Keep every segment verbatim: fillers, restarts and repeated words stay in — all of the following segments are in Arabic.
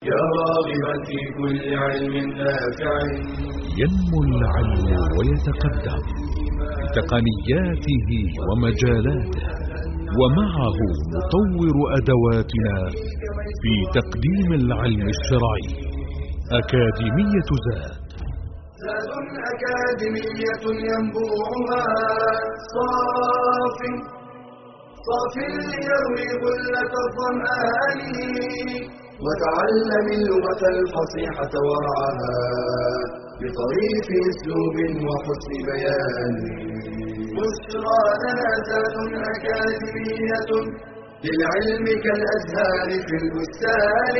يا راغبا في كل علم نافع. ينمو العلم ويتقدم بتقنياته ومجالاته، ومعه نطور أدواتنا في تقديم العلم الشرعي. أكاديمية زاد زاد أكاديمية ينبوعها صاف صاف ليروي غلة الظمآن، وتعلم اللغة الفصيحة ورعاها بطريف أسلوب وحسن بيان. بشرى لنا زاد أكاديمية للعلم كالأزهار في البستان.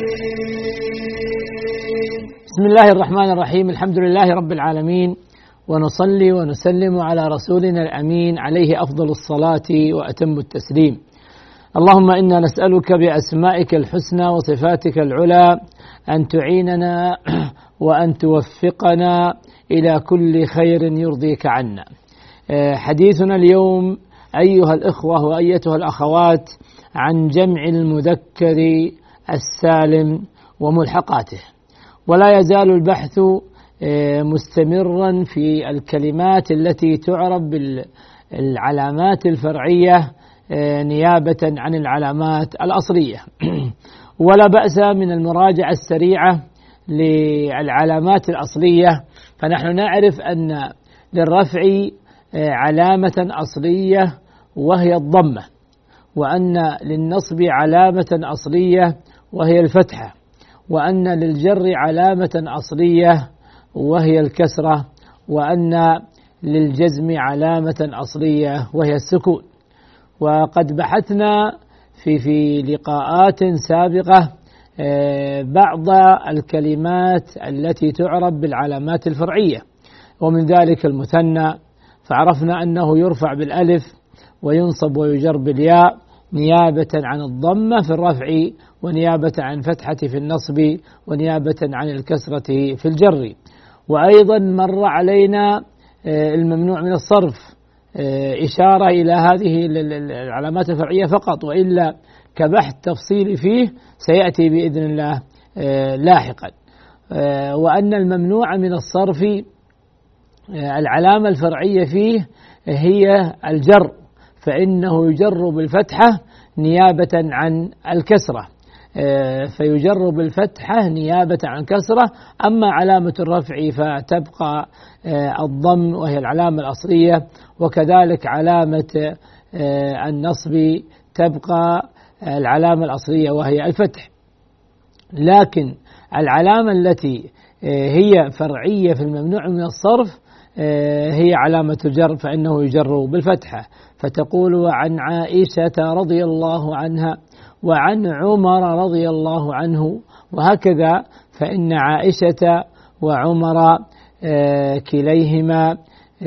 بسم الله الرحمن الرحيم، الحمد لله رب العالمين، ونصلي ونسلم على رسولنا الأمين عليه أفضل الصلاة وأتم التسليم. اللهم إنا نسألك بأسمائك الحسنى وصفاتك العلى أن تعيننا وأن توفقنا إلى كل خير يرضيك عنا. حديثنا اليوم أيها الإخوة وأيتها الأخوات عن جمع المذكر السالم وملحقاته، ولا يزال البحث مستمرا في الكلمات التي تعرف بالعلامات الفرعية نيابة عن العلامات الأصلية. ولا بأس من المراجعة السريعة للعلامات الأصلية. فنحن نعرف أن للرفع علامة أصلية وهي الضمة، وأن للنصب علامة أصلية وهي الفتحة، وأن للجر علامة أصلية وهي الكسرة، وأن للجزم علامة أصلية وهي السكون. وقد بحثنا في في لقاءات سابقة بعض الكلمات التي تعرف بالعلامات الفرعية، ومن ذلك المثنى، فعرفنا أنه يرفع بالألف وينصب ويجر بالياء نيابة عن الضمة في الرفع، ونيابة عن فتحة في النصب، ونيابة عن الكسرة في الجر. وأيضا مر علينا الممنوع من الصرف، إشارة إلى هذه العلامات الفرعية فقط، وإلا كبحث تفصيلي فيه سيأتي بإذن الله لاحقا. وأن الممنوع من الصرف العلامة الفرعية فيه هي الجر، فإنه يجر بالفتحة نيابة عن الكسرة، فيجر بالفتحة نيابة عن كسرة. أما علامة الرفع فتبقى الضم وهي العلامة الأصلية، وكذلك علامة النصب تبقى العلامة الأصلية وهي الفتح. لكن العلامة التي هي فرعية في الممنوع من الصرف هي علامة الجر، فإنه يجر بالفتحة. فتقول وعن عائشة رضي الله عنها وعن عمر رضي الله عنه، وهكذا، فإن عائشة وعمر كليهما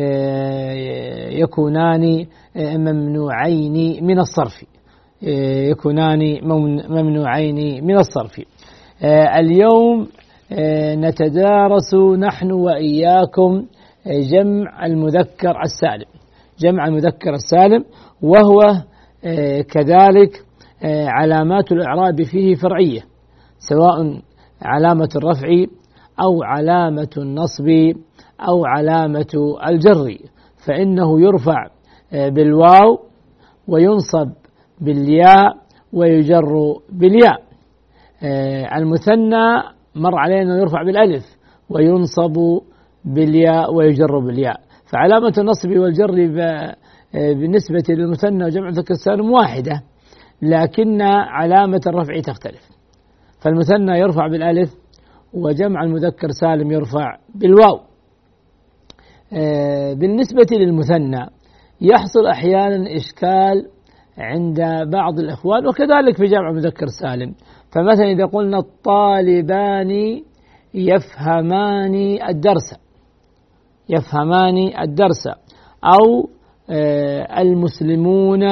يكونان ممنوعين من الصرف، يكونان ممنوعين من الصرف. اليوم نتدارس نحن وإياكم جمع المذكر السالم، جمع المذكر السالم، وهو كذلك علامات الإعراب فيه فرعية، سواء علامة الرفع أو علامة النصب أو علامة الجر، فإنه يرفع بالواو وينصب بالياء ويجر بالياء. المثنى مر علينا يرفع بالألف وينصب بالياء ويجر بالياء. فعلامة النصب والجر بالنسبة للمثنى وجمع المذكر السالم واحدة، لكن علامة الرفع تختلف. فالمثنى يرفع بالألف، وجمع المذكر سالم يرفع بالواو. بالنسبة للمثنى يحصل أحيانا إشكال عند بعض الإخوان، وكذلك في جمع المذكر سالم. فمثلا إذا قلنا الطالبان يفهمان الدرس، يفهمان الدرس، أو المسلمون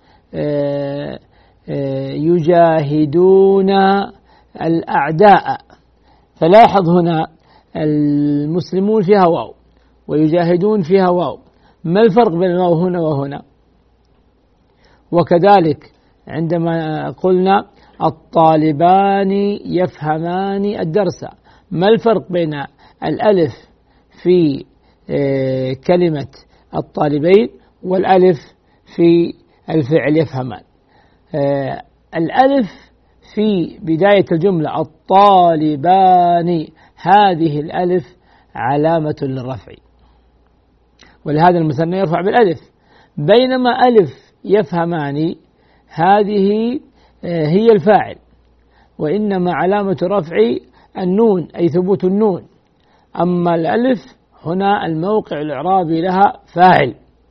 يجاهدون الأعداء. فلاحظ هنا المسلمون فيها واو ويجاهدون فيها واو، ما الفرق بين الواو هنا وهنا؟ وكذلك عندما قلنا الطالبان يفهمان الدرس. ما الفرق بين الألف في كلمة الطالبين والألف في الفعل يفهمان؟ الألف في بداية الجملة الطالبان، هذه الألف علامة للرفع، ولهذا المثنى يرفع بالألف، بينما ألف يفهمان هذه هي الفاعل، وإنما علامة رفع النون أي ثبوت النون. أما الألف هنا الموقع الإعرابي لها فاعل.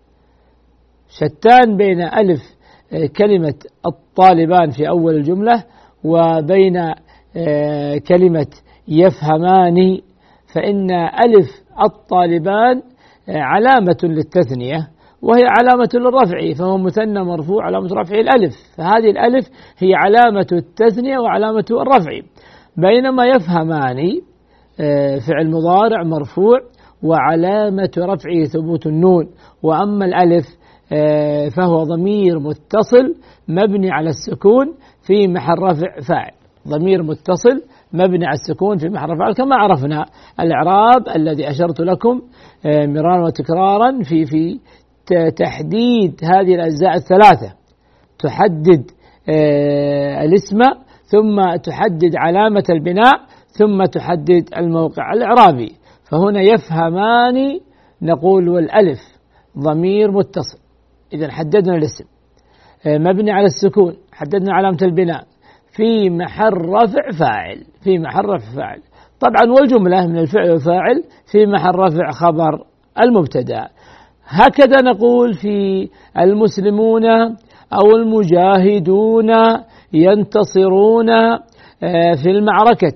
شتان بين ألف كلمة الطالبان في أول الجملة وبين كلمة يفهمان، فإن ألف الطالبان علامة للتثنية وهي علامة للرفع، فهو مثنى مرفوع علامة رفعه الألف، فهذه الألف هي علامة التثنية وعلامة الرفع. بينما يفهمان فعل مضارع مرفوع وعلامة رفعه ثبوت النون، وأما الألف فهو ضمير متصل مبني على السكون في محل رفع فاعل، ضمير متصل مبني على السكون في محل رفع، كما عرفنا الإعراب الذي أشرت لكم مرارا وتكرارا في في تحديد هذه الأجزاء الثلاثة، تحدد الاسم ثم تحدد علامة البناء ثم تحدد الموقع الإعرابي. فهنا يفهمان نقول والألف ضمير متصل، إذا حددنا الاسم مبني على السكون، حددنا علامة البناء في محل رفع فاعل، في محل رفع فاعل طبعا، والجملة من الفعل والفاعل في محل رفع خبر المبتدأ. هكذا نقول في المسلمون أو المجاهدون ينتصرون في المعركة،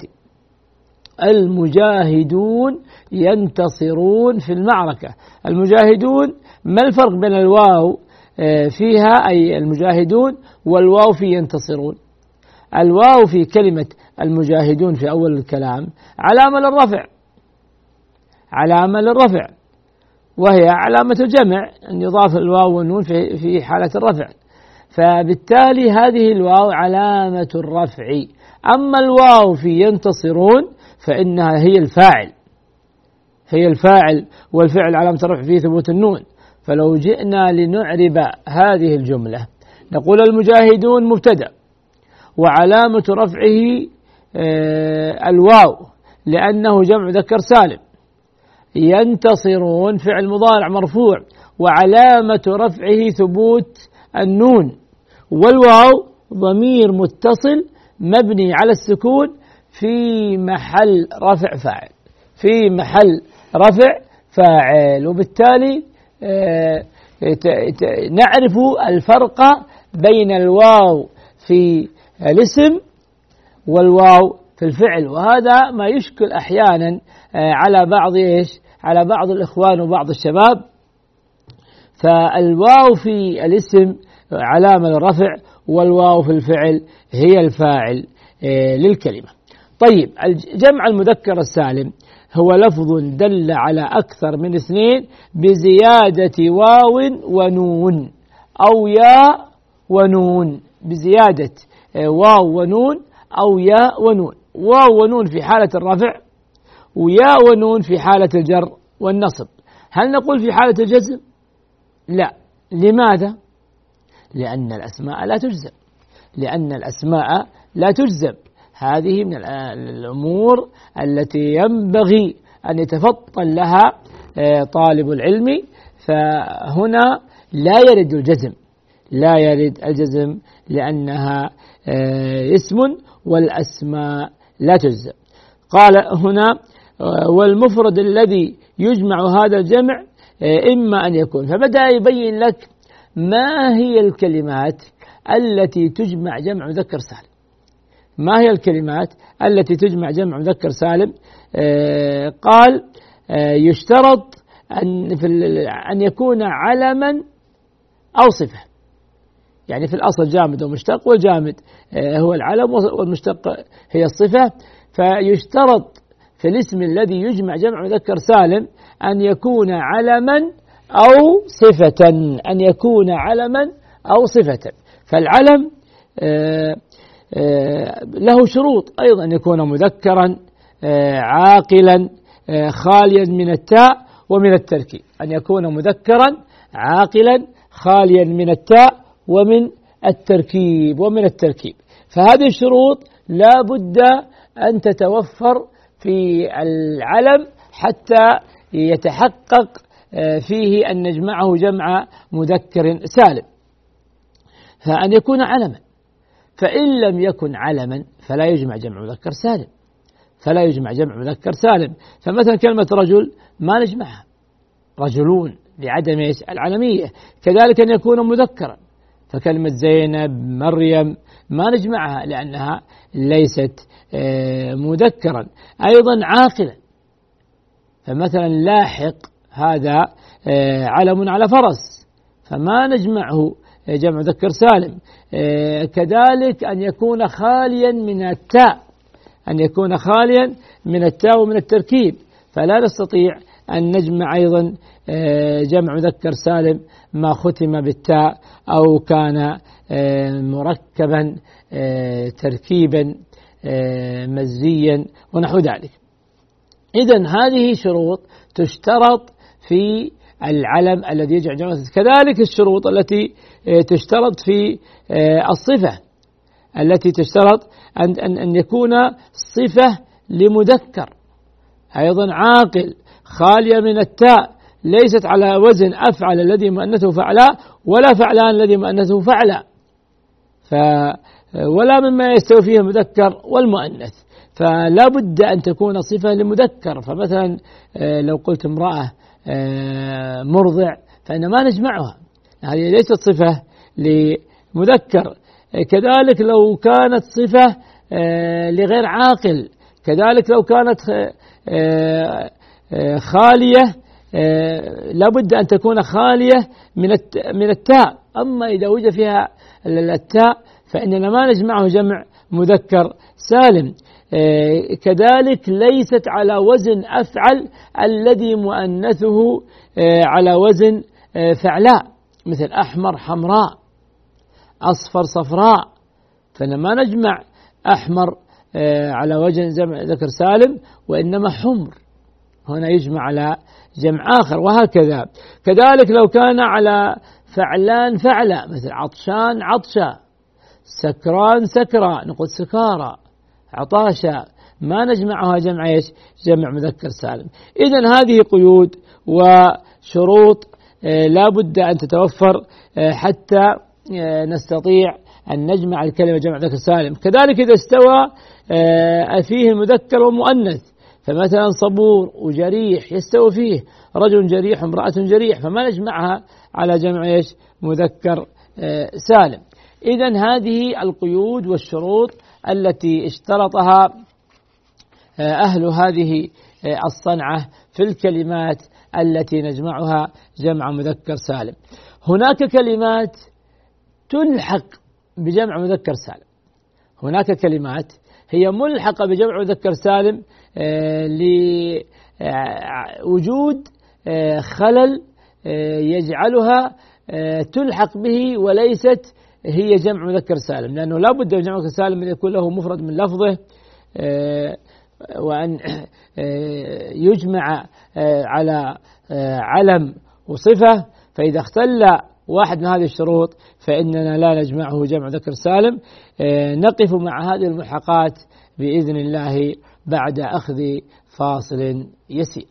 المجاهدون ينتصرون في المعركة. المجاهدون ما الفرق بين الواو فيها أي المجاهدون والواو في ينتصرون؟ الواو في كلمة المجاهدون في أول الكلام علامة للرفع، علامة للرفع، وهي علامة الجمع أن يضاف الواو والنون في في حالة الرفع، فبالتالي هذه الواو علامة الرفع. أما الواو في ينتصرون فإنها هي الفاعل، هي الفاعل، والفعل علامة الرفع فيه ثبوت النون. فلو جئنا لنعرب هذه الجملة نقول المجاهدون مبتدأ وعلامة رفعه الواو لأنه جمع ذكر سالم، ينتصرون فعل مضارع مرفوع وعلامة رفعه ثبوت النون، والواو ضمير متصل مبني على السكون في محل رفع فاعل، في محل رفع فاعل. وبالتالي نعرف الفرق بين الواو في الاسم والواو في الفعل، وهذا ما يشكل أحيانا على بعض إيش على بعض الإخوان وبعض الشباب. فالواو في الاسم علامة للرفع والواو في الفعل هي الفاعل للكلمة. طيب، الجمع المذكر السالم هو لفظ دل على أكثر من اثنين بزيادة واو ونون أو ياء ونون، بزيادة واو ونون أو ياء ونون، واو ونون في حالة الرفع وياء ونون في حالة الجر والنصب. هل نقول في حالة الجزم؟ لا. لماذا؟ لأن الأسماء لا تجزم، لأن الأسماء لا تجزم. هذه من الأمور التي ينبغي أن يتفطن لها طالب العلم، فهنا لا يرد الجزم، لا يرد الجزم لأنها اسم والأسماء لا تجزم. قال هنا والمفرد الذي يجمع هذا الجمع إما أن يكون، فبدأ يبين لك ما هي الكلمات التي تجمع جمع مذكر سالم. ما هي الكلمات التي تجمع جمع مذكر سالم؟ قال يشترط أن في أن يكون علما أو صفة، يعني في الأصل جامد ومشتق، والجامد هو العلم والمشتق هي الصفة. فيشترط في الاسم الذي يجمع جمع مذكر سالم أن يكون علما أو صفة، أن يكون علما أو صفة. فالعلم له شروط أيضا، أن يكون مذكرا عاقلا خاليا من التاء ومن التركيب، أن يكون مذكرا عاقلا خاليا من التاء ومن التركيب ومن التركيب فهذه الشروط لا بد أن تتوفر في العلم حتى يتحقق فيه أن نجمعه جمع مذكر سالم. فأن يكون علما، فإن لم يكن علما فلا يجمع جمع مذكر سالم، فلا يجمع جمع مذكر سالم. فمثلا كلمة رجل ما نجمعها، رجلون لعدم العلمية. كذلك أن يكون مذكرا، فكلمة زينب مريم ما نجمعها لأنها ليست مذكرا. أيضا عاقلا، فمثلا لاحق هذا علم على فرس فما نجمعه جمع مذكر سالم. كذلك أن يكون خاليا من التاء، أن يكون خاليا من التاء ومن التركيب، فلا نستطيع أن نجمع أيضا جمع مذكر سالم ما ختم بالتاء أو كان مركبا تركيبا مزيا ونحو ذلك. إذن هذه شروط تشترط في العلم الذي يجمع جمع. كذلك الشروط التي تشترط في الصفة، التي تشترط أن أن يكون صفة لمذكر أيضا عاقل خالية من التاء، ليست على وزن أفعل الذي مؤنثه فعلا ولا فعلان الذي مؤنثه فعلا، ف ولا مما يستوي فيه المذكر والمؤنث، فلا بد أن تكون صفة لمذكر. فمثلا لو قلت امرأة مرضع فإن ما نجمعها، هذه ليست صفة لمذكر. كذلك لو كانت صفة لغير عاقل، كذلك لو كانت خالية لابد أن تكون خالية من التاء. أما إذا وجد فيها التاء فإننا ما نجمعه جمع مذكر سالم. كذلك ليست على وزن أفعل الذي مؤنثه على وزن فعلاء، مثل أحمر حمراء، أصفر صفراء، فإنما نجمع أحمر على وزن جمع ذكر سالم، وإنما حمر هنا يجمع على جمع آخر، وهكذا. كذلك لو كان على فعلان فعلا، مثل عطشان عطشا، سكران سكرا، نقول سكارى، عطاشا، ما نجمعها جمع ايش؟ جمع مذكر سالم. إذن هذه قيود وشروط لا بد أن تتوفر حتى نستطيع أن نجمع الكلمة جمع مذكر سالم. كذلك إذا استوى فيه المذكر والمؤنث، فمثلا صبور وجريح يستوي فيه رجل جريح وامرأة جريح، فما نجمعها على جمع ايش؟ مذكر سالم. إذن هذه القيود والشروط التي اشترطها أهل هذه الصنعة في الكلمات التي نجمعها جمع مذكر سالم. هناك كلمات تلحق بجمع مذكر سالم، هناك كلمات هي ملحقة بجمع مذكر سالم لوجود خلل يجعلها تلحق به وليست هي جمع مذكر سالم، لأنه لا بد من جمع مذكر سالم أن يكون له مفرد من لفظه، وأن يجمع على علم وصفة. فإذا اختل واحد من هذه الشروط فإننا لا نجمعه جمع مذكر سالم. نقف مع هذه الملحقات بإذن الله بعد أخذ فاصل يسير.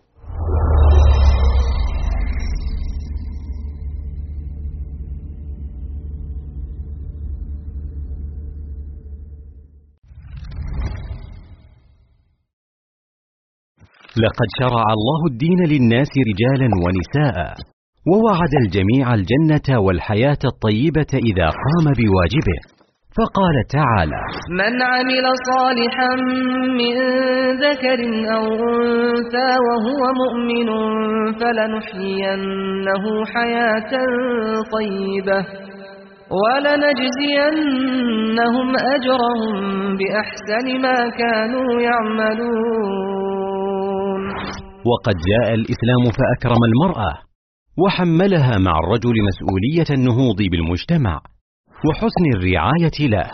لقد شرع الله الدين للناس رجالا ونساء، ووعد الجميع الجنة والحياة الطيبة إذا قام بواجبه، فقال تعالى: من عمل صالحا من ذكر أو أنثى وهو مؤمن فلنحيينه حياة طيبة ولنجزينهم أجرهم بأحسن ما كانوا يعملون. وقد جاء الإسلام فأكرم المرأة وحملها مع الرجل مسؤولية النهوض بالمجتمع وحسن الرعاية له،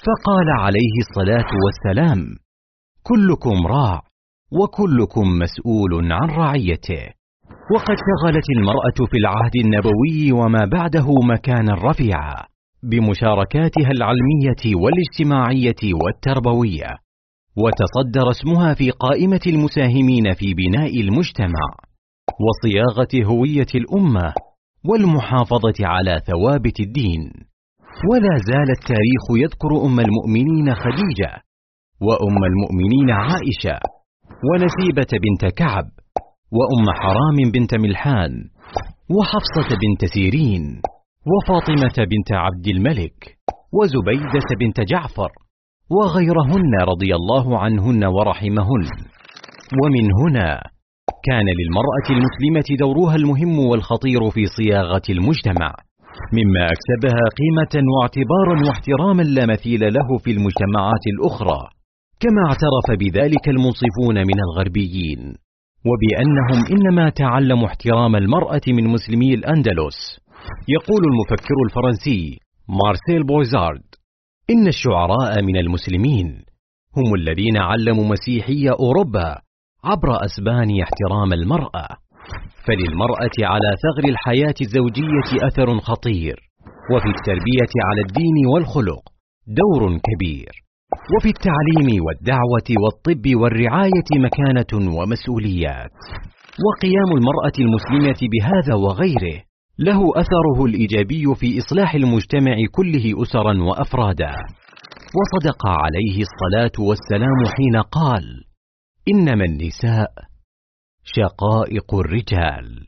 فقال عليه الصلاة والسلام: كلكم راع وكلكم مسؤول عن رعيته. وقد شغلت المرأة في العهد النبوي وما بعده مكانا رفيعا بمشاركاتها العلمية والاجتماعية والتربوية، وتصدر اسمها في قائمة المساهمين في بناء المجتمع وصياغة هوية الأمة والمحافظة على ثوابت الدين. ولا زال التاريخ يذكر أم المؤمنين خديجة، وأم المؤمنين عائشة، ونسيبة بنت كعب، وأم حرام بنت ملحان، وحفصة بنت سيرين، وفاطمة بنت عبد الملك، وزبيدة بنت جعفر، وغيرهن رضي الله عنهن ورحمهن. ومن هنا كان للمرأة المسلمة دورها المهم والخطير في صياغة المجتمع، مما أكسبها قيمة واعتبارا واحتراما لا مثيل له في المجتمعات الأخرى، كما اعترف بذلك المنصفون من الغربيين، وبأنهم إنما تعلموا احترام المرأة من مسلمي الأندلس. يقول المفكر الفرنسي مارسيل بويزارد: إن الشعراء من المسلمين هم الذين علموا مسيحي أوروبا عبر أسبانيا احترام المرأة. فللمرأة على ثغر الحياة الزوجية أثر خطير، وفي التربية على الدين والخلق دور كبير، وفي التعليم والدعوة والطب والرعاية مكانة ومسؤوليات. وقيام المرأة المسلمة بهذا وغيره له أثره الإيجابي في إصلاح المجتمع كله أسرا وأفرادا. وصدق عليه الصلاة والسلام حين قال: إنما النساء شقائق الرجال.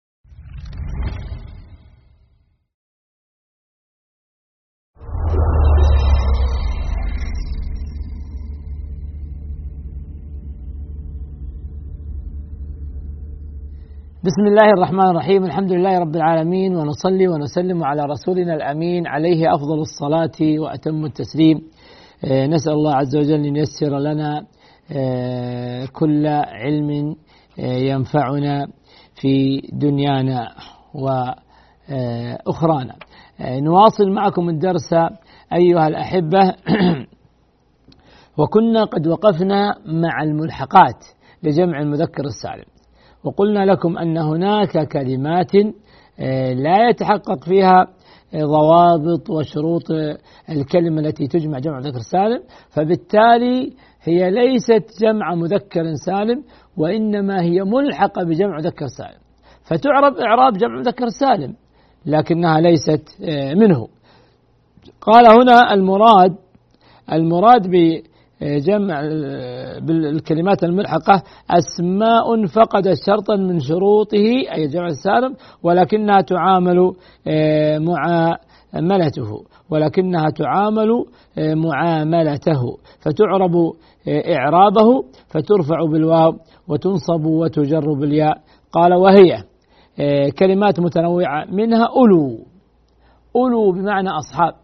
بسم الله الرحمن الرحيم. الحمد لله رب العالمين، ونصلي ونسلم على رسولنا الأمين عليه أفضل الصلاة وأتم التسليم. نسأل الله عز وجل أن ييسر لنا كل علم ينفعنا في دنيانا وأخرانا. نواصل معكم الدرس أيها الأحبة. وكنا قد وقفنا مع الملحقات لجمع المذكر السالم، وقلنا لكم أن هناك كلمات لا يتحقق فيها ضوابط وشروط الكلمة التي تجمع جمع مذكر سالم، فبالتالي هي ليست جمع مذكر سالم، وإنما هي ملحقة بجمع مذكر سالم، فتعرب إعراب جمع مذكر سالم لكنها ليست منه. قال هنا المراد المراد بجمع بالكلمات الملحقة أسماء فقدت شرطا من شروطه أي جمع السالم، ولكنها تعامل معاملته ولكنها تعامل معاملته فتعرب إعرابه، فترفع بالواو وتنصب وتجر بالياء. قال وهي كلمات متنوعة، منها أولو. أولو بمعنى أصحاب،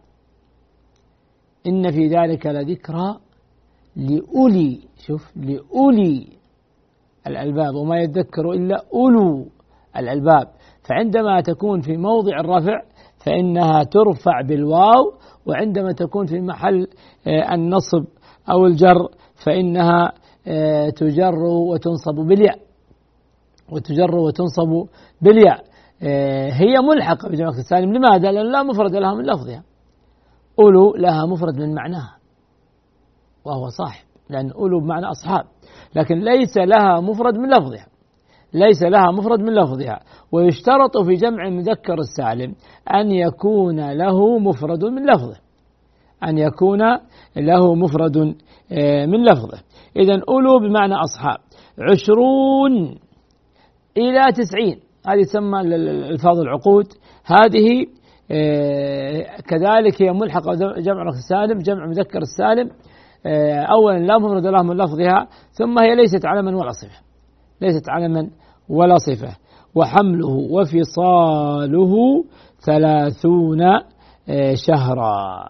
إن في ذلك لذكرى لأولي، شوف، لأولي الألباب، وما يذكر إلا أولو الألباب. فعندما تكون في موضع الرفع فإنها ترفع بالواو، وعندما تكون في محل النصب أو الجر فإنها تجر وتنصب بالياء وتجر وتنصب بالياء. هي ملحقة بجمع السالم. لماذا؟ لأن لا مفرد لها من لفظها. أولو لها مفرد من معناها وهو صاحب، لأن أولو بمعنى أصحاب، لكن ليس لها مفرد من لفظها ليس لها مفرد من لفظها. ويشترط في جمع المذكر السالم أن يكون له مفرد من لفظه أن يكون له مفرد من لفظه. إذن أولو بمعنى أصحاب. عشرون إلى تسعين، هذه تسمى الفاظ العقود. هذه كذلك هي ملحقة جمع السالم جمع مذكر السالم. أولا لا مفرد لها من لفظها، ثم هي ليست علما ولا صفة ليست علما ولا صفة. وحمله وفصاله ثلاثون شهرا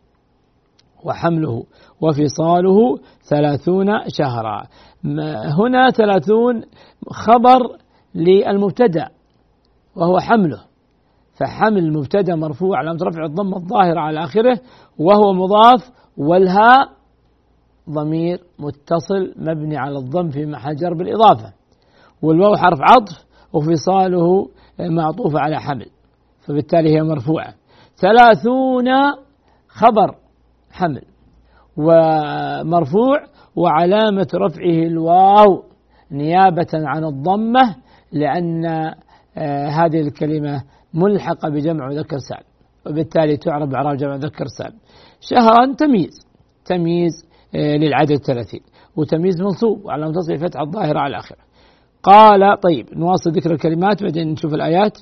وحمله وفصاله ثلاثون شهرا. هنا ثلاثون خبر للمبتدأ وهو حمله، فحمل المبتدأ مرفوع علامة رفع الضمة الظاهرة على آخره، وهو مضاف والهاء ضمير متصل مبني على الضم في محل جر بالإضافة، والواو حرف عطف وفصاله معطوف على حمل، فبالتالي هي مرفوعة. ثلاثون خبر حمل ومرفوع، وعلامة رفعه الواو نيابة عن الضمة، لأن آه هذه الكلمة ملحقة بجمع مذكر سالم، وبالتالي تعرب إعراب جمع مذكر سالم. شهرا تمييز، تمييز آه للعدد ثلاثين، وتمييز منصوب وعلامة نصبه فتحة الظاهرة على آخره. قال طيب نواصل ذكر الكلمات بعدين نشوف الآيات.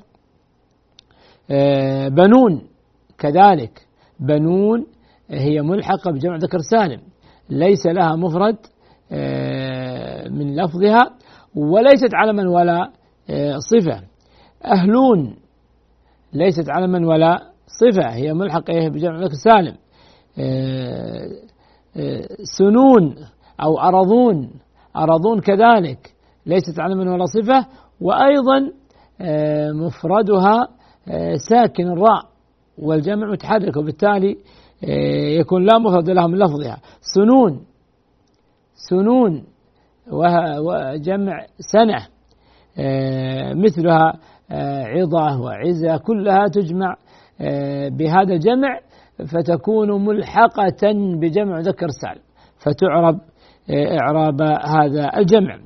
آه بنون كذلك، بنون هي ملحقة بجمع ذكر سالم، ليس لها مفرد من لفظها وليست علما ولا صفة. أهلون ليست علما ولا صفة، هي ملحقة بجمع ذكر سالم. سنون أو أرضون، أرضون كذلك ليست علما ولا صفة، وأيضا مفردها ساكن الراء والجمع متحرك، وبالتالي يكون لا مفرد لها من لفظها. سنون، سنون وجمع سنة، مثلها عظة وعزة، كلها تجمع بهذا الجمع فتكون ملحقة بجمع ذكر سالم، فتعرب إعراب هذا الجمع.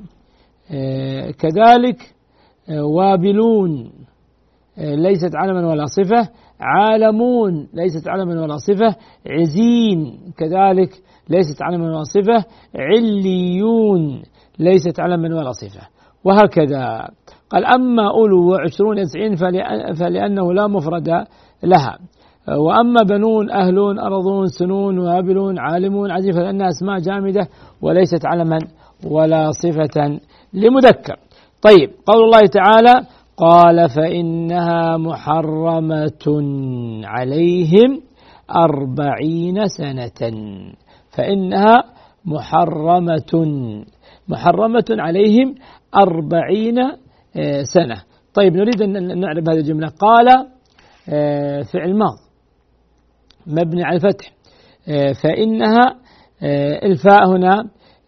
كذلك وابلون ليست علما ولا صفة، عالمون ليست علما ولا صفة، عزين كذلك ليست علما ولا صفة، عليون ليست علما ولا صفة، وهكذا. قال أما أولو وعشرون يسعين فلأنه لا مفرد لها، وأما بنون أهلون أرضون سنون وابلون عالمون عزين فلأنها أسماء جامدة وليست علما ولا صفة لمذكر. طيب قول الله تعالى قال فإنها محرمة عليهم أربعين سنة، فإنها محرمة محرمة عليهم أربعين سنة. طيب نريد أن نعرف هذه الجملة. قال فعل ماض مبني على الفتح، فإنها الفاء هنا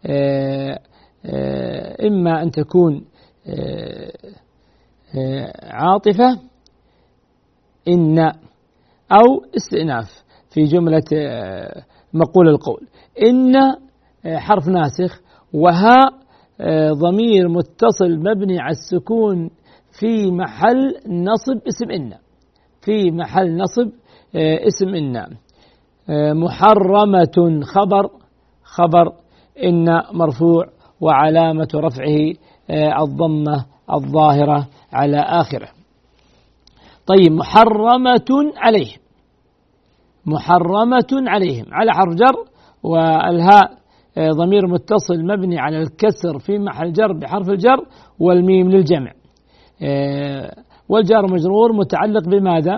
إما أن تكون عاطفة إن أو استئناف في جملة مقول القول. إن حرف ناسخ، وها ضمير متصل مبني على السكون في محل نصب اسم إن، في محل نصب اسم إن. محرمة خبر، خبر إن مرفوع وعلامة رفعه الضمة الظاهرة على آخره. طيب محرمة عليهم، محرمة عليهم على حرف جر، والهاء ضمير متصل مبني على الكسر في محل جر بحرف الجر، والميم للجمع، والجار مجرور متعلق بماذا؟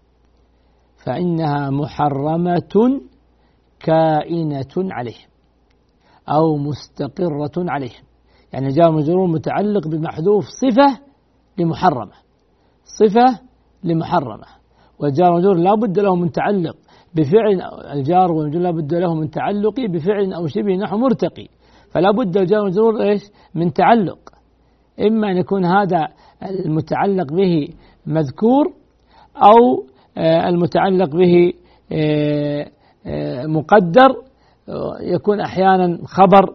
فإنها محرمة كائنة عليهم أو مستقرة عليهم، يعني جار مجرور متعلق بمحذوف صفة لمحرمة، صفة لمحرمة، والجار مجرور لا بد له من تعلق بفعل، الجار والمجرور لا بد له من تعلق بفعل أو شبه نحو مرتقي، فلا بد الجار والمجرور إيش من تعلق، إما أن يكون هذا المتعلق به مذكور أو المتعلق به مقدر، يكون أحيانا خبر،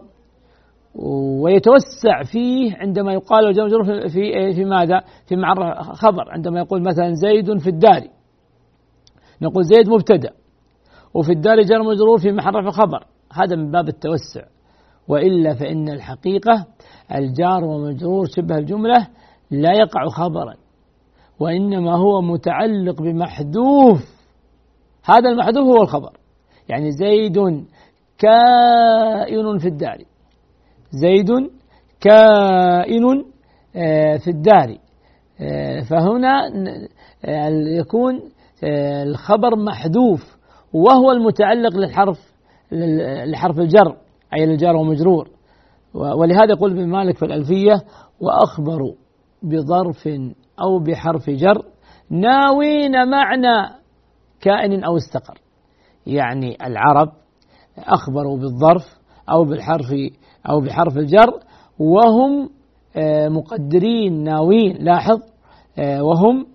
ويتوسع فيه عندما يقال الجار والمجرور في في ماذا؟ في مع خبر، عندما يقول مثلا زيد في الدار نقول زيد مبتدأ، وفي الدار جار مجرور في محل رفع خبر، هذا من باب التوسع. وإلا فإن الحقيقة الجار ومجرور شبه الجملة لا يقع خبرا، وإنما هو متعلق بمحذوف، هذا المحذوف هو الخبر، يعني زيد كائن في الدار، زيد كائن في الدار، فهنا يكون الخبر محذوف وهو المتعلق للحرف لحرف الجر أي الجار ومجرور. ولهذا يقول ابن مالك في الألفية وأخبروا بظرف أو بحرف جر ناوين معنى كائن أو استقر، يعني العرب أخبروا بالظرف أو بالحرف أو بحرف الجر وهم مقدرين ناوين. لاحظ وهم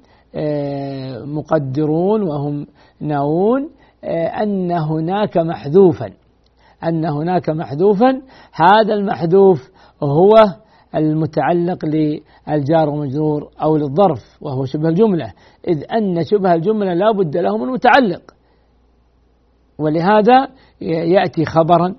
مقدرون وهم ناوون أن هناك محذوفا أن هناك محذوفا هذا المحذوف هو المتعلق للجار ومجرور أو للظرف وهو شبه الجملة، إذ أن شبه الجملة لا بد له من متعلق، ولهذا يأتي خبرا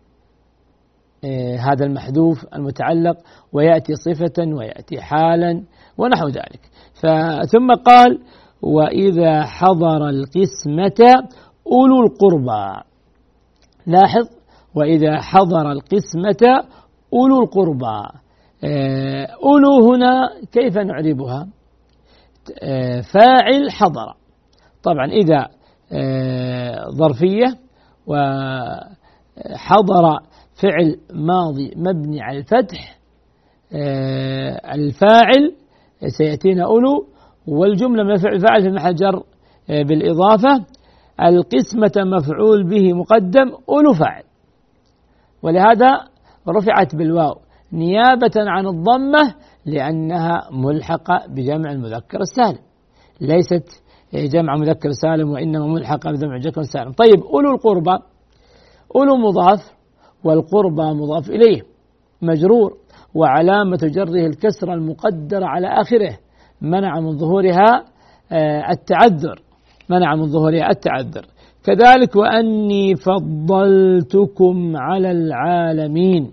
هذا المحذوف المتعلق، ويأتي صفة ويأتي حالا ونحو ذلك. ثم قال وإذا حضر القسمة أولو القربى. لاحظ وإذا حضر القسمة أولو القربى. أولو هنا كيف نعربها؟ فاعل حضر، طبعا إذا ظرفية وحضر فعل ماضي مبني على الفتح، الفاعل سيأتينا أولو، والجملة من فعل فاعل في محل جر بالإضافة، القسمة مفعول به مقدم أولو فاعل، ولهذا رفعت بالواو نيابة عن الضمة لأنها ملحقة بجمع المذكر السالم، ليست جمع مذكر سالم وإنما ملحقة بجمع مذكر سالم. طيب أولو القربى، أولو مضاف والقربى مضاف إليه مجرور، وعلامة جره الكسرة المقدرة على آخره منع من ظهورها التعذر منع من ظهورها التعذر. كذلك وأني فضلتكم على العالمين،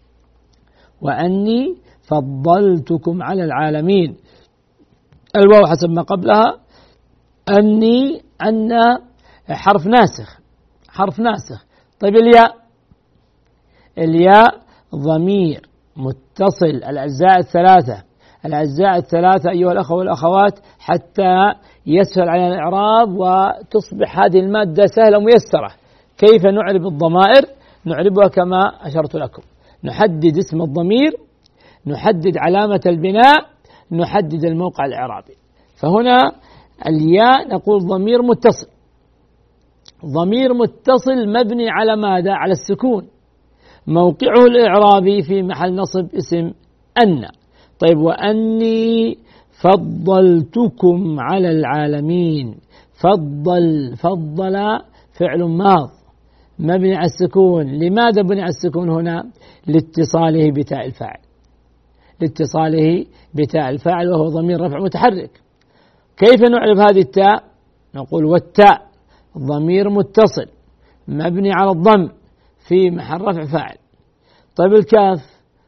وأني فضلتكم على العالمين، الواو حسب ما قبلها، أني أن حرف ناسخ حرف ناسخ. طيب الياء، الياء ضمير متصل الأجزاء الثلاثة الأجزاء الثلاثة أيها الأخوة والأخوات حتى يسهل علينا الإعراب وتصبح هذه المادة سهلة ميسرة. كيف نعرب الضمائر؟ نعربها كما أشرت لكم، نحدد اسم الضمير، نحدد علامة البناء، نحدد الموقع الإعرابي. فهنا الياء نقول ضمير متصل ضمير متصل مبني على ماذا؟ على السكون، موقعه الإعرابي في محل نصب اسم أن. طيب وأني فضلتكم على العالمين، فضل فضل فعل ماض مبني على السكون. لماذا بني على السكون هنا؟ لاتصاله بتاء الفاعل لاتصاله بتاء الفاعل وهو ضمير رفع متحرك. كيف نعرف هذه التاء؟ نقول والتاء ضمير متصل مبني على الضم في محل رفع فاعل. طيب الكاف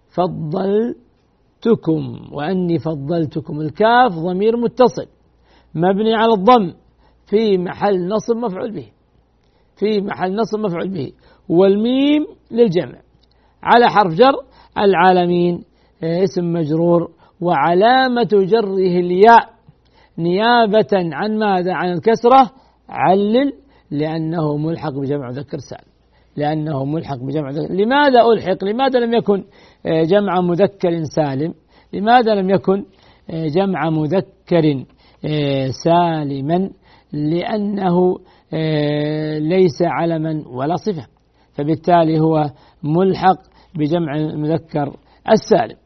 فضلتكم، وأني فضلتكم، الكاف ضمير متصل مبني على الضم في محل نصب مفعول به في محل نصب مفعول به والميم للجمع على حرف جر. العالمين اسم مجرور وعلامة جره الياء نيابة عن ماذا؟ عن الكسرة. علل لأنه ملحق بجمع مذكر سالم لأنه ملحق بجمع مذكر. لماذا ألحق؟ لماذا لم يكن جمع مذكر سالم؟ لماذا لم يكن جمع مذكر سالما؟ لأنه ليس علما ولا صفة، فبالتالي هو ملحق بجمع المذكر السالم.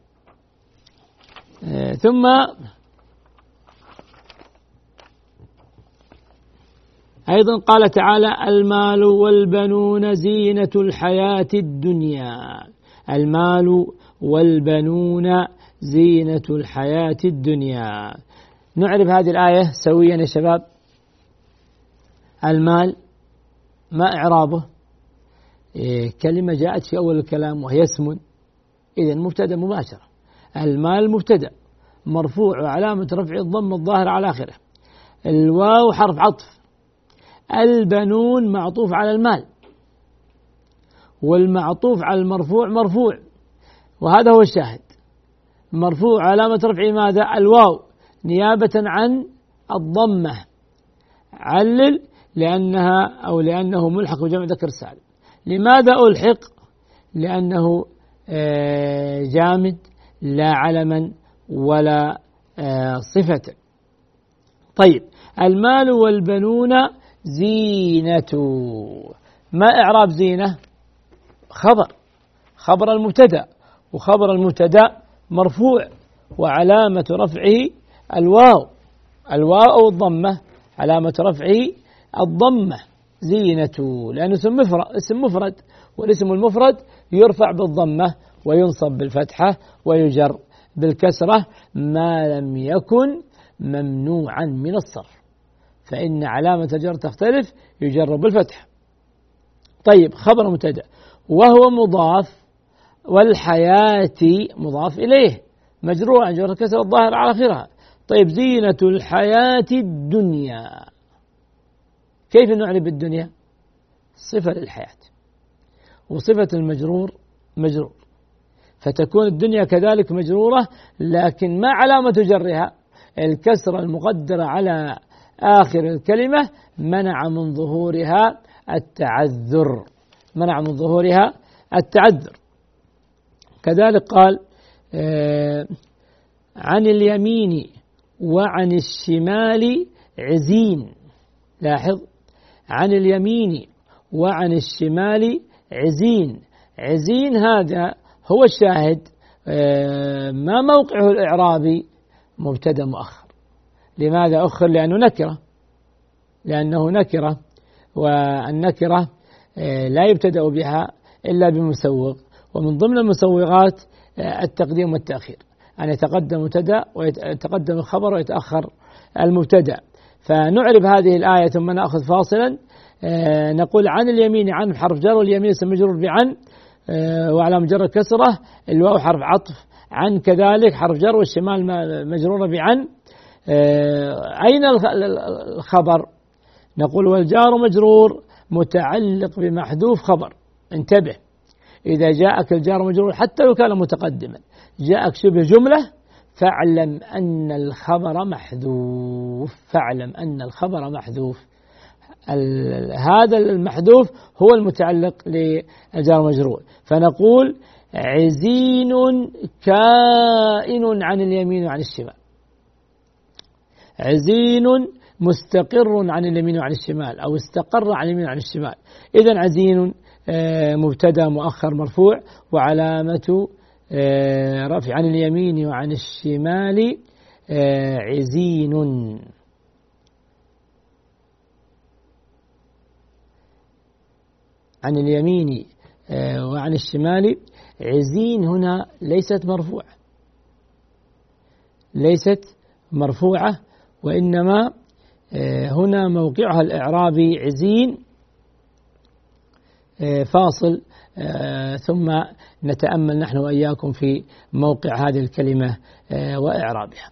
ثم أيضا قال تعالى المال والبنون زينة الحياة الدنيا. المال والبنون زينة الحياة الدنيا. نعرف هذه الآية سويا يا شباب. المال ما إعرابه؟ إيه كلمة جاءت في أول الكلام وهي اسم، إذن مبتدأ مباشرة. المال مبتدأ مرفوع وعلامة رفع الضم الظاهر على آخره، الواو حرف عطف، البنون معطوف على المال، والمعطوف على المرفوع مرفوع، وهذا هو الشاهد. مرفوع علامة رفعه ماذا؟ الواو نيابة عن الضمة. علل لأنها أو لأنه ملحق بجمع ذكر سالم. لماذا ألحق؟ لأنه جامد لا علما ولا صفة. طيب المال والبنون زينة، ما إعراب زينة؟ خبر، خبر المبتدأ، وخبر المبتدأ مرفوع وعلامة رفعه الواو، الواو أو الضمة، علامة رفعه الضمة زينة، لأنه اسم مفرد، اسم مفرد، والاسم المفرد يرفع بالضمة وينصب بالفتحة ويجر بالكسرة ما لم يكن ممنوعا من الصرف، فإن علامة الجر تختلف، يجر بالفتح. طيب خبر مبتدأ وهو مضاف، والحياة مضاف إليه مجرور عن جر الكسر الظاهر على آخرها. طيب زينة الحياة الدنيا، كيف نعرب الدنيا؟ صفة للحياة، وصفة المجرور مجرور، فتكون الدنيا كذلك مجرورة، لكن ما علامة جرها؟ الكسرة المقدرة على آخر الكلمة منع من ظهورها التعذر، منع من ظهورها التعذر. كذلك قال آه عن اليمين وعن الشمال عزين، لاحظ عن اليمين وعن الشمال عزين، عزين هذا هو الشاهد. آه ما موقعه الإعرابي؟ مبتدأ مؤخر. لماذا أخر؟ لأنه نكرة، لأنه نكرة، والنكرة آه لا يبتدأ بها إلا بمسوغ، ومن ضمن المسوغات آه التقديم والتأخير، أن يتقدم مبتدأ ويتقدم الخبر ويتأخر المبتدأ. فنعرب هذه الآية ثم نأخذ فاصلا. آه نقول عن اليمين، عن حرف جر، واليمين اسم مجرور بعن آه وعلامة جر الكسرة، الواو حرف عطف عن كذلك حرف جر، والشمال مجرورة بعن. آه أين الخبر؟ نقول والجار مجرور متعلق بمحذوف خبر. انتبه، إذا جاءك الجار مجرور حتى لو كان متقدما، جاءك شبه جملة، فاعلم أن الخبر محذوف، فاعلم أن الخبر محذوف. هذا المحذوف هو المتعلق للجار مجرور. فنقول عزين كائن عن اليمين وعن الشمال، عزين مستقر عن اليمين وعن الشمال، أو استقر عن اليمين وعن الشمال. إذن عزين مبتدأ مؤخر مرفوع، وعلامة رفع عن اليمين وعن الشمال عزين. عن اليمين وعن الشمال عزين هنا ليست مرفوعة، ليست مرفوعة، وإنما هنا موقعها الإعرابي عزين فاصل، ثم نتأمل نحن وإياكم في موقع هذه الكلمة وإعرابها.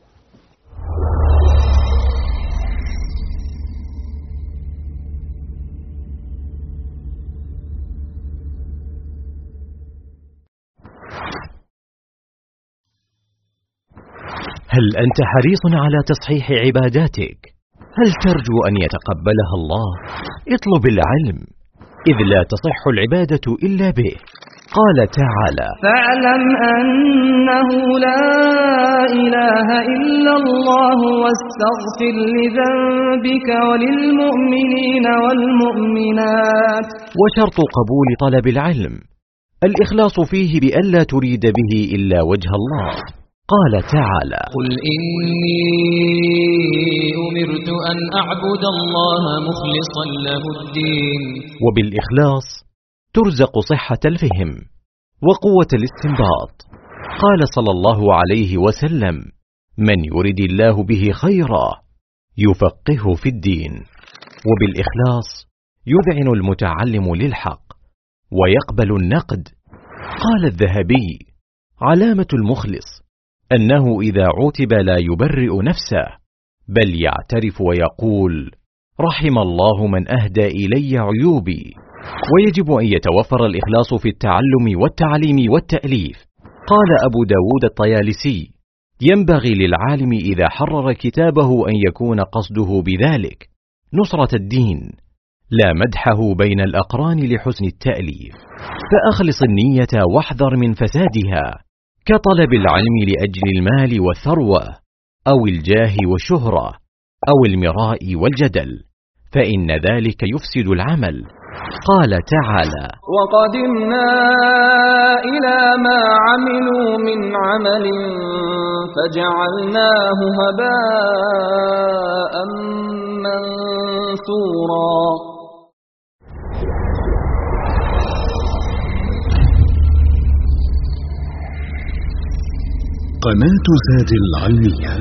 هل أنت حريص على تصحيح عباداتك؟ هل ترجو أن يتقبلها الله؟ اطلب العلم، إذ لا تصح العبادة إلا به. قال تعالى: فاعلم أنه لا إله إلا الله واستغفر لذنبك وللمؤمنين والمؤمنات. وشرط قبول طلب العلم الإخلاص فيه بألا تريد به إلا وجه الله. قال تعالى: قل إني أمرت أن أعبد الله مخلصا له الدين. وبالإخلاص ترزق صحة الفهم وقوة الاستنباط. قال صلى الله عليه وسلم: من يرد الله به خيرا يفقهه في الدين. وبالإخلاص يذعن المتعلم للحق ويقبل النقد. قال الذهبي: علامة المخلص أنه إذا عوتب لا يبرئ نفسه، بل يعترف ويقول: رحم الله من أهدى إلي عيوبي. ويجب أن يتوفر الإخلاص في التعلم والتعليم والتأليف. قال أبو داود الطيالسي: ينبغي للعالم إذا حرر كتابه أن يكون قصده بذلك نصرة الدين، لا مدحه بين الأقران لحسن التأليف. فأخلص النية واحذر من فسادها، كطلب العلم لأجل المال والثروة، أو الجاه والشهرة، أو المراء والجدل، فإن ذلك يفسد العمل قال تعالى: وقدمنا إلى ما عملوا من عمل فجعلناه هباء منثورا. قناة زاد العلمية.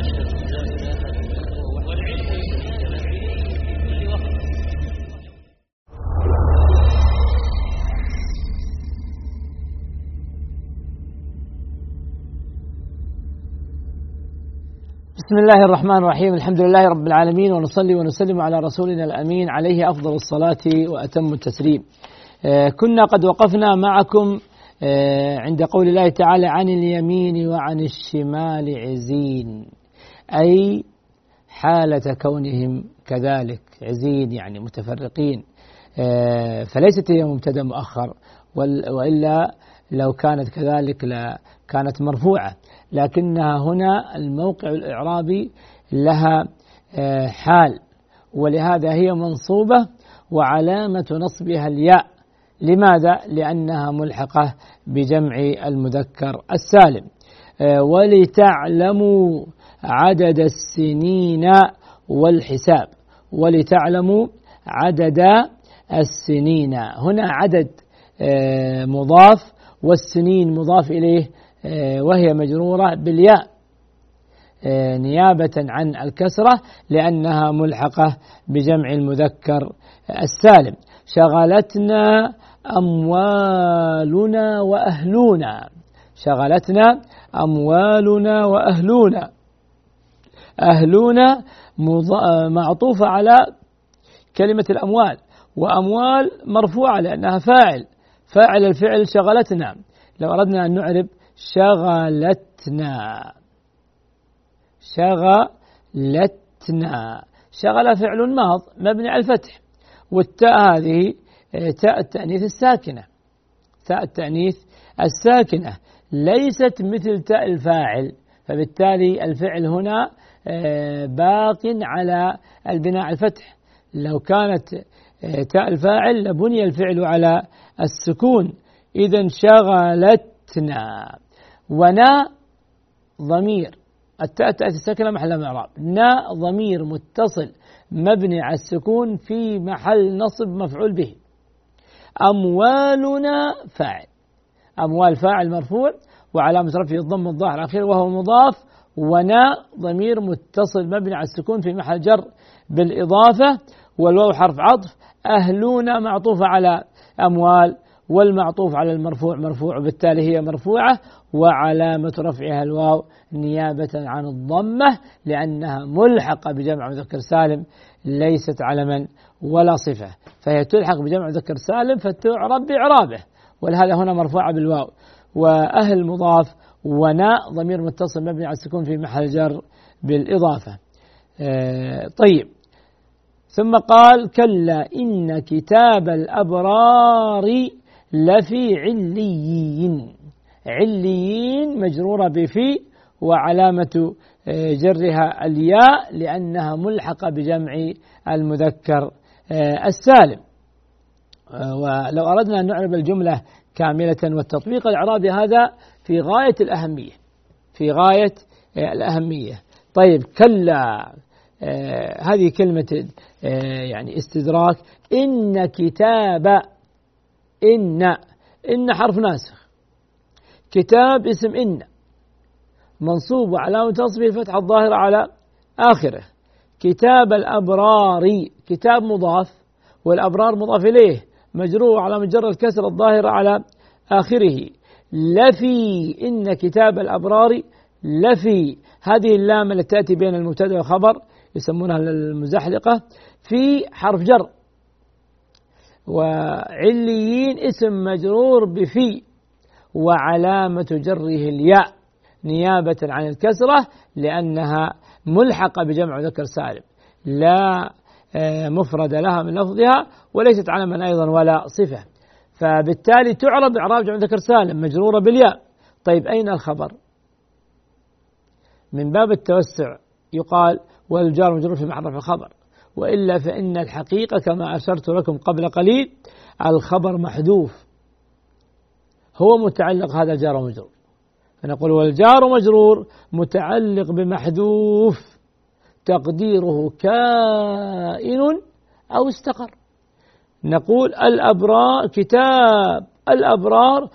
بسم الله الرحمن الرحيم. الحمد لله رب العالمين، ونصلي ونسلم على رسولنا الأمين عليه أفضل الصلاة وأتم التسليم. كنا قد وقفنا معكم عند قول الله تعالى: عن اليمين وعن الشمال عزين، أي حالة كونهم كذلك عزين، يعني متفرقين، فليست هي مبتدأ مؤخر، وإلا لو كانت كذلك لكانت مرفوعة، لكنها هنا الموقع الإعرابي لها حال، ولهذا هي منصوبة وعلامة نصبها الياء. لماذا؟ لأنها ملحقة بجمع المذكر السالم. ولتعلموا عدد السنين والحساب، ولتعلموا عدد السنين، هنا عدد مضاف والسنين مضاف إليه، وهي مجرورة بالياء نيابة عن الكسرة لأنها ملحقة بجمع المذكر السالم. شغلتنا أموالنا وأهلنا، شغلتنا أموالنا وأهلنا، أهلنا معطوفة على كلمة الأموال، وأموال مرفوعة لأنها فاعل، فاعل الفعل شغلتنا. لو أردنا أن نعرب شغلتنا، شغلتنا، شغل فعل ماض مبني على الفتح، والتاء هذه تاء التأنيث الساكنة، تاء التأنيث الساكنة ليست مثل تاء الفاعل، فبالتالي الفعل هنا باق على البناء على الفتح. لو كانت تاء الفاعل لبني الفعل على السكون. إذن شغلتنا. ونا ضمير، التاء تأتي ساكنة محل من إعراب، نا ضمير متصل مبني على السكون في محل نصب مفعول به. أموالنا فاعل، أموال فاعل مرفوع وعلامة رفعه الضم الظاهر الأخير وهو مضاف، ونا ضمير متصل مبني على السكون في محل جر بالإضافة، والواو حرف عطف، أهلنا معطوفة على أموال، والمعطوف على المرفوع مرفوع، وبالتالي هي مرفوعة وعلامة رفعها الواو نيابة عن الضمة لأنها ملحقة بجمع مذكر سالم ليست علما ولا صفة، فهي تلحق بجمع مذكر سالم فتعرب بإعرابه، ولهذا هنا مرفوعة بالواو. وأهل مضاف، وناء ضمير متصل مبني على السكون في محل جر بالإضافة. آه طيب، ثم قال: كلا إن كتاب الأبرار لفي عليين، عليين مجرورة بفي وعلامة جرها الياء لأنها ملحقة بجمع المذكر السالم. ولو أردنا أن نعرب الجملة كاملة والتطبيق الإعرابي هذا في غاية الأهمية، في غاية الأهمية. طيب، كلا آه هذه كلمة آه يعني استدراك. إن كتاب، إن إن حرف ناسخ، كتاب اسم إن منصوب وعلامة نصبه الفتحة الظاهرة على آخره. كتاب الأبرار، كتاب مضاف والأبرار مضاف إليه مجرور علامة جر الكسر الظاهرة على آخره. لفي، إن كتاب الأبرار لفي، هذه اللام التي تأتي بين المبتدأ والخبر يسمونها المزحلقة، في حرف جر. وعليين اسم مجرور بفي وعلامة جره الياء نيابة عن الكسرة لأنها ملحقة بجمع ذكر سالم لا مفرد لها من لفظها وليست علما أيضا ولا صفة، فبالتالي تعرب إعراب جمع ذكر سالم مجرورة بالياء. طيب، أين الخبر؟ من باب التوسع يقال والجار مجرور في محل رفع الخبر، وإلا فإن الحقيقة كما أشرت لكم قبل قليل الخبر محذوف، هو متعلق هذا جار ومجرور، فنقول والجار مجرور متعلق بمحذوف تقديره كائن أو استقر. نقول الأبرار كتاب الأبرار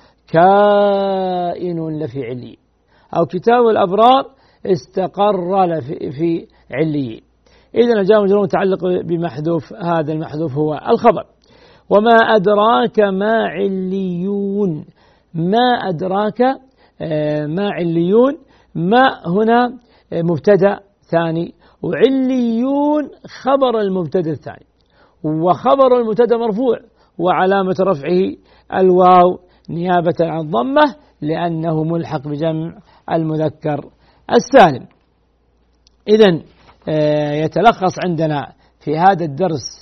كائن لفي عليين، أو كتاب الأبرار استقر في عليين. إذن الجار مجرور متعلق بمحذوف، هذا المحذوف هو الخبر. وما أدراك ما عليون، ما أدراك ما عليون، ما هنا مبتدأ ثاني، وعليون خبر المبتدأ الثاني، وخبر المبتدأ مرفوع وعلامة رفعه الواو نيابة عن ضمة لأنه ملحق بجمع المذكر السالم. إذن يتلخص عندنا في هذا الدرس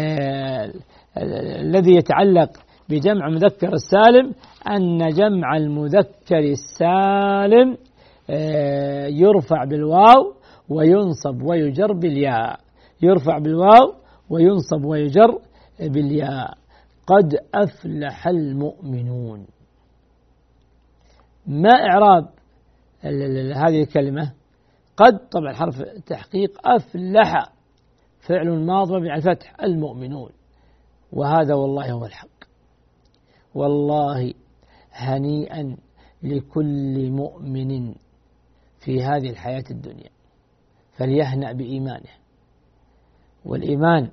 الذي يتعلق بجمع مذكر السالم أن جمع المذكر السالم يرفع بالواو وينصب ويجر بالياء، يرفع بالواو وينصب ويجر بالياء. قد أفلح المؤمنون. ما إعراب هذه الكلمة؟ قد طبعا حرف تحقيق، أفلح فعل ماض مبني على الفتح، المؤمنون، وهذا والله هو الحق. والله هنيئا لكل مؤمن في هذه الحياة الدنيا، فليهنأ بإيمانه. والإيمان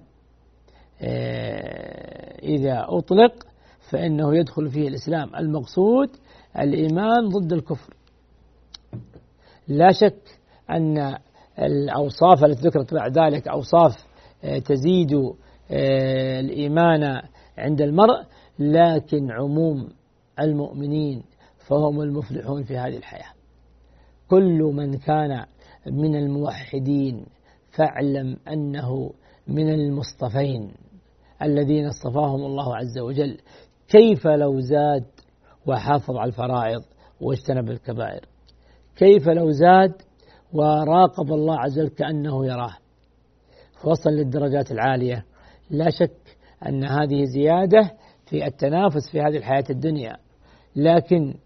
إذا أطلق فإنه يدخل فيه الإسلام. المقصود الإيمان ضد الكفر. لا شك أن الأوصاف التي ذكرت بعد ذلك أوصاف تزيد الإيمان عند المرء، لكن عموم المؤمنين فهم المفلحون في هذه الحياة. كل من كان من الموحدين فاعلم أنه من المصطفين الذين اصطفاهم الله عز وجل. كيف لو زاد وحافظ على الفرائض واجتنب الكبائر؟ كيف لو زاد وراقب الله عز وجل كأنه يراه، فوصل للدرجات العالية؟ لا شك أن هذه زيادة في التنافس في هذه الحياة الدنيا. لكن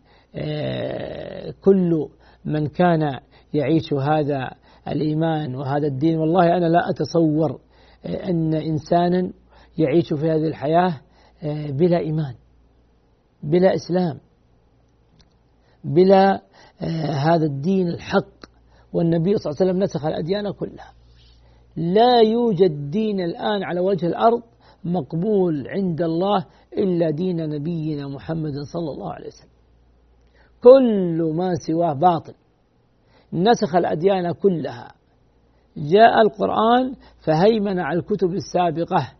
كل من كان يعيش هذا الإيمان وهذا الدين، والله أنا لا أتصور أن إنسانا يعيش في هذه الحياة بلا إيمان، بلا إسلام، بلا هذا الدين الحق. والنبي صلى الله عليه وسلم نسخ الأديان كلها. لا يوجد دين الآن على وجه الأرض مقبول عند الله إلا دين نبينا محمد صلى الله عليه وسلم. كل ما سواه باطل. نسخ الأديان كلها. جاء القرآن فهيمن على الكتب السابقة،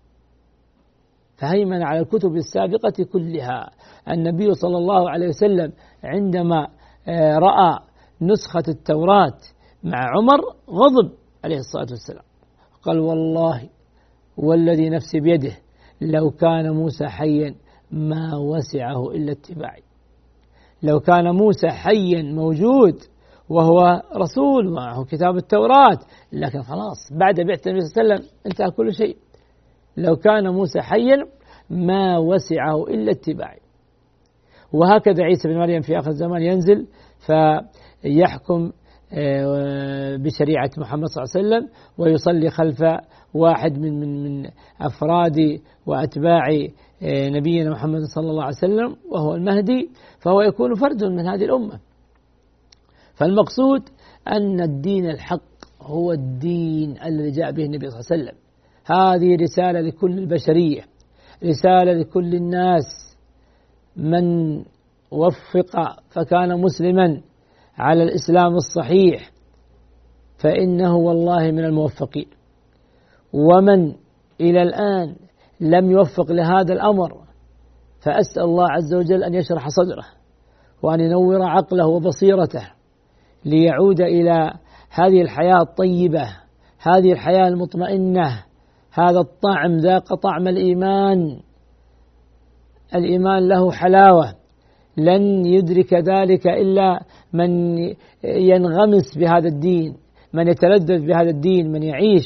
فهيمن على الكتب السابقة كلها. النبي صلى الله عليه وسلم عندما رأى نسخة التوراة مع عمر غضب عليه الصلاة والسلام، قال والله والذي نفسي بيده لو كان موسى حيا ما وسعه إلا اتباعي. لو كان موسى حيا موجود وهو رسول معه كتاب التوراة، لكن خلاص بعد بعثة النبي صلى الله عليه وسلم انتهى كل شيء. لو كان موسى حيا ما وسعه إلا اتباعي. وهكذا عيسى بن مريم في آخر الزمان ينزل فيحكم بشريعة محمد صلى الله عليه وسلم ويصلي خلف واحد من من من أفراد وأتباع نبينا محمد صلى الله عليه وسلم وهو المهدي، فهو يكون فرد من هذه الأمة. فالمقصود أن الدين الحق هو الدين الذي جاء به النبي صلى الله عليه وسلم. هذه رسالة لكل البشرية، رسالة لكل الناس. من وفق فكان مسلما على الإسلام الصحيح فإنه والله من الموفقين. ومن إلى الآن لم يوفق لهذا الأمر فأسأل الله عز وجل أن يشرح صدره وأن ينور عقله وبصيرته ليعود إلى هذه الحياة الطيبة، هذه الحياة المطمئنة، هذا الطعم ذاق طعم الإيمان. الإيمان له حلاوة لن يدرك ذلك إلا من ينغمس بهذا الدين، من يتلذذ بهذا الدين، من يعيش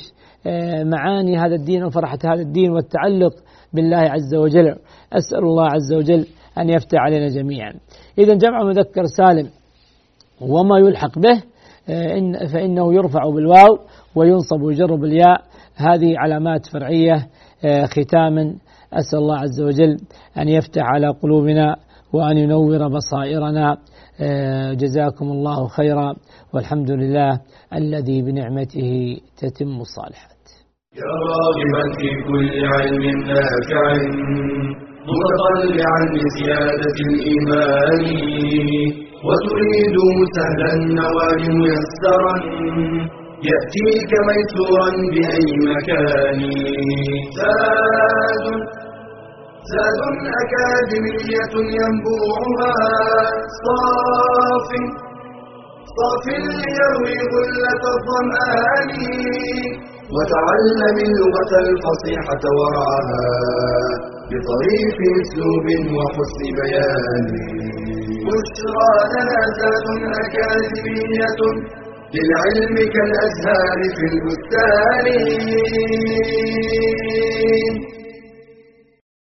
معاني هذا الدين وفرحة هذا الدين والتعلق بالله عز وجل. أسأل الله عز وجل أن يفتح علينا جميعا. إذا جمع مذكر سالم وما يلحق به فإنه يرفع بالواو وينصب ويجر بالياء، هذه علامات فرعية. ختاما أسأل الله عز وجل أن يفتح على قلوبنا وأن ينور بصائرنا. جزاكم الله خيرا، والحمد لله الذي بنعمته تتم الصالحات. يا راغبا في كل علم نافع متطلعا لزيادة الإيمان وتريد سهلا النوال ميسرا يأتيك ميسورا بأي مكان. زاد زاد أكاديمية ينبوعها صاف صاف ليروي غلة الظمآن وتعلم اللغة الفصيحة ورعاها بطريف أسلوب وحسن بيان. بشرى لنا زاد أكاديمية للعلم كالأزهار في البستان.